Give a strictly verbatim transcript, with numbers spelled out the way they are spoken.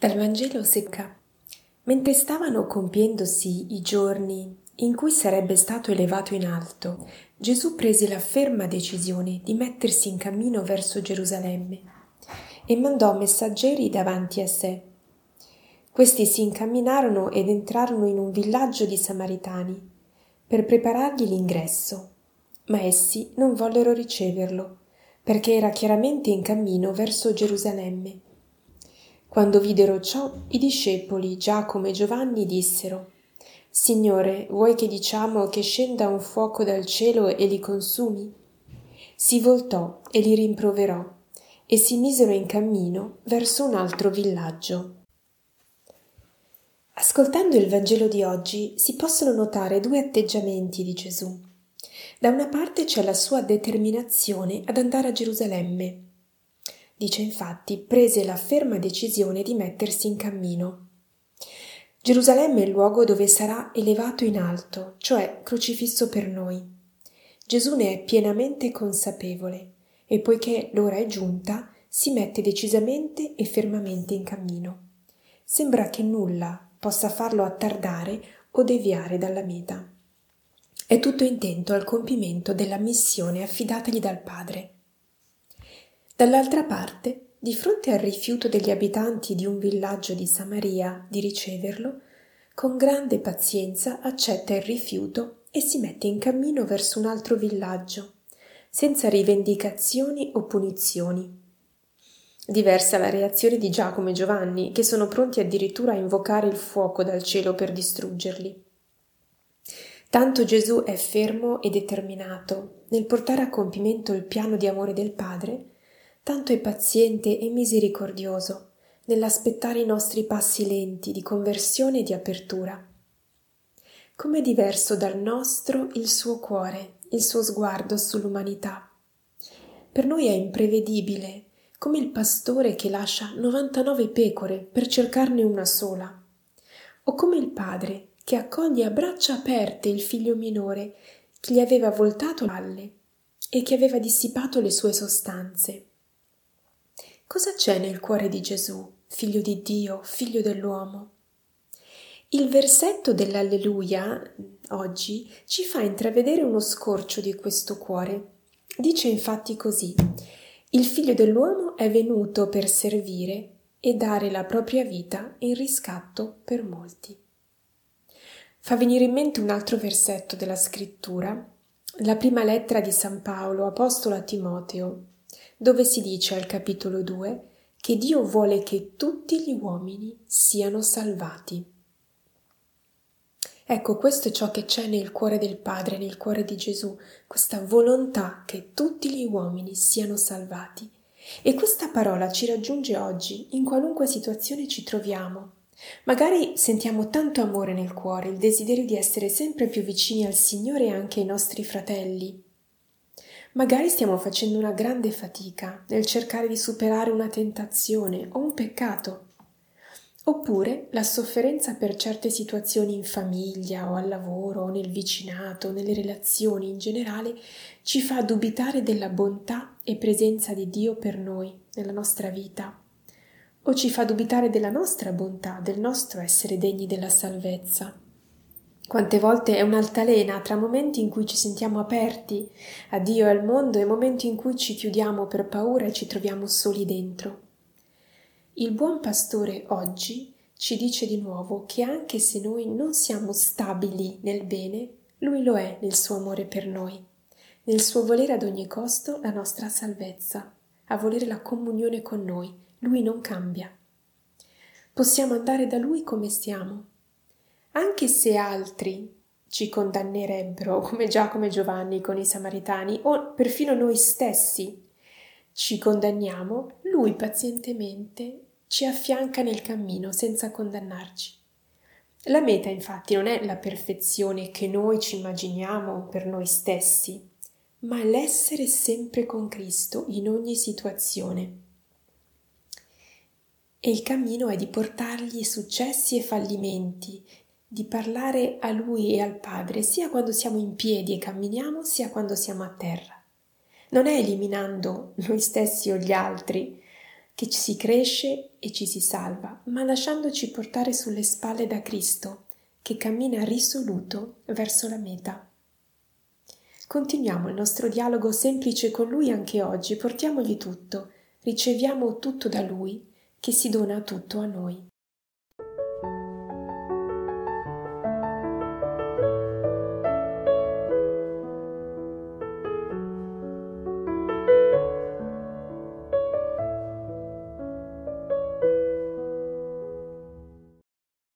Dal Vangelo secca. Mentre stavano compiendosi i giorni in cui sarebbe stato elevato in alto, Gesù prese la ferma decisione di mettersi in cammino verso Gerusalemme e mandò messaggeri davanti a sé. Questi si incamminarono ed entrarono in un villaggio di Samaritani per preparargli l'ingresso, ma essi non vollero riceverlo, perché era chiaramente in cammino verso Gerusalemme. Quando videro ciò, i discepoli Giacomo e Giovanni dissero: «Signore, vuoi che diciamo che scenda un fuoco dal cielo e li consumi?» Si voltò e li rimproverò, e si misero in cammino verso un altro villaggio. Ascoltando il Vangelo di oggi si possono notare due atteggiamenti di Gesù. Da una parte c'è la sua determinazione ad andare a Gerusalemme. Dice infatti, prese la ferma decisione di mettersi in cammino. Gerusalemme è il luogo dove sarà elevato in alto, cioè crocifisso per noi. Gesù ne è pienamente consapevole e poiché l'ora è giunta, si mette decisamente e fermamente in cammino. Sembra che nulla possa farlo attardare o deviare dalla meta. È tutto intento al compimento della missione affidatagli dal Padre. Dall'altra parte, di fronte al rifiuto degli abitanti di un villaggio di Samaria di riceverlo, con grande pazienza accetta il rifiuto e si mette in cammino verso un altro villaggio, senza rivendicazioni o punizioni. Diversa la reazione di Giacomo e Giovanni, che sono pronti addirittura a invocare il fuoco dal cielo per distruggerli. Tanto Gesù è fermo e determinato nel portare a compimento il piano di amore del Padre, tanto è paziente e misericordioso nell'aspettare i nostri passi lenti di conversione e di apertura. Com'è diverso dal nostro il suo cuore, il suo sguardo sull'umanità. Per noi è imprevedibile, come il pastore che lascia novantanove pecore per cercarne una sola, o come il padre che accoglie a braccia aperte il figlio minore che gli aveva voltato le spalle e che aveva dissipato le sue sostanze. Cosa c'è nel cuore di Gesù, figlio di Dio, figlio dell'uomo? Il versetto dell'Alleluia oggi ci fa intravedere uno scorcio di questo cuore. Dice infatti così: il figlio dell'uomo è venuto per servire e dare la propria vita in riscatto per molti. Fa venire in mente un altro versetto della scrittura, la prima lettera di San Paolo, apostolo a Timoteo, dove si dice al capitolo due che Dio vuole che tutti gli uomini siano salvati. Ecco, questo è ciò che c'è nel cuore del Padre, nel cuore di Gesù, questa volontà che tutti gli uomini siano salvati. E questa parola ci raggiunge oggi, in qualunque situazione ci troviamo. Magari sentiamo tanto amore nel cuore, il desiderio di essere sempre più vicini al Signore e anche ai nostri fratelli. Magari stiamo facendo una grande fatica nel cercare di superare una tentazione o un peccato. Oppure la sofferenza per certe situazioni in famiglia o al lavoro o nel vicinato, nelle relazioni in generale, ci fa dubitare della bontà e presenza di Dio per noi nella nostra vita, o ci fa dubitare della nostra bontà, del nostro essere degni della salvezza. Quante volte è un'altalena tra momenti in cui ci sentiamo aperti a Dio e al mondo e momenti in cui ci chiudiamo per paura e ci troviamo soli dentro. Il buon pastore oggi ci dice di nuovo che anche se noi non siamo stabili nel bene, Lui lo è nel suo amore per noi, nel suo volere ad ogni costo la nostra salvezza, a volere la comunione con noi. Lui non cambia. Possiamo andare da Lui come stiamo. Anche se altri ci condannerebbero, come Giacomo e Giovanni con i Samaritani, o perfino noi stessi ci condanniamo, Lui pazientemente ci affianca nel cammino senza condannarci. La meta, infatti, non è la perfezione che noi ci immaginiamo per noi stessi, ma l'essere sempre con Cristo in ogni situazione. E il cammino è di portargli successi e fallimenti, di parlare a Lui e al Padre, sia quando siamo in piedi e camminiamo, sia quando siamo a terra. Non è eliminando noi stessi o gli altri che ci si cresce e ci si salva, ma lasciandoci portare sulle spalle da Cristo, che cammina risoluto verso la meta. Continuiamo il nostro dialogo semplice con Lui anche oggi, portiamogli tutto, riceviamo tutto da Lui, che si dona tutto a noi.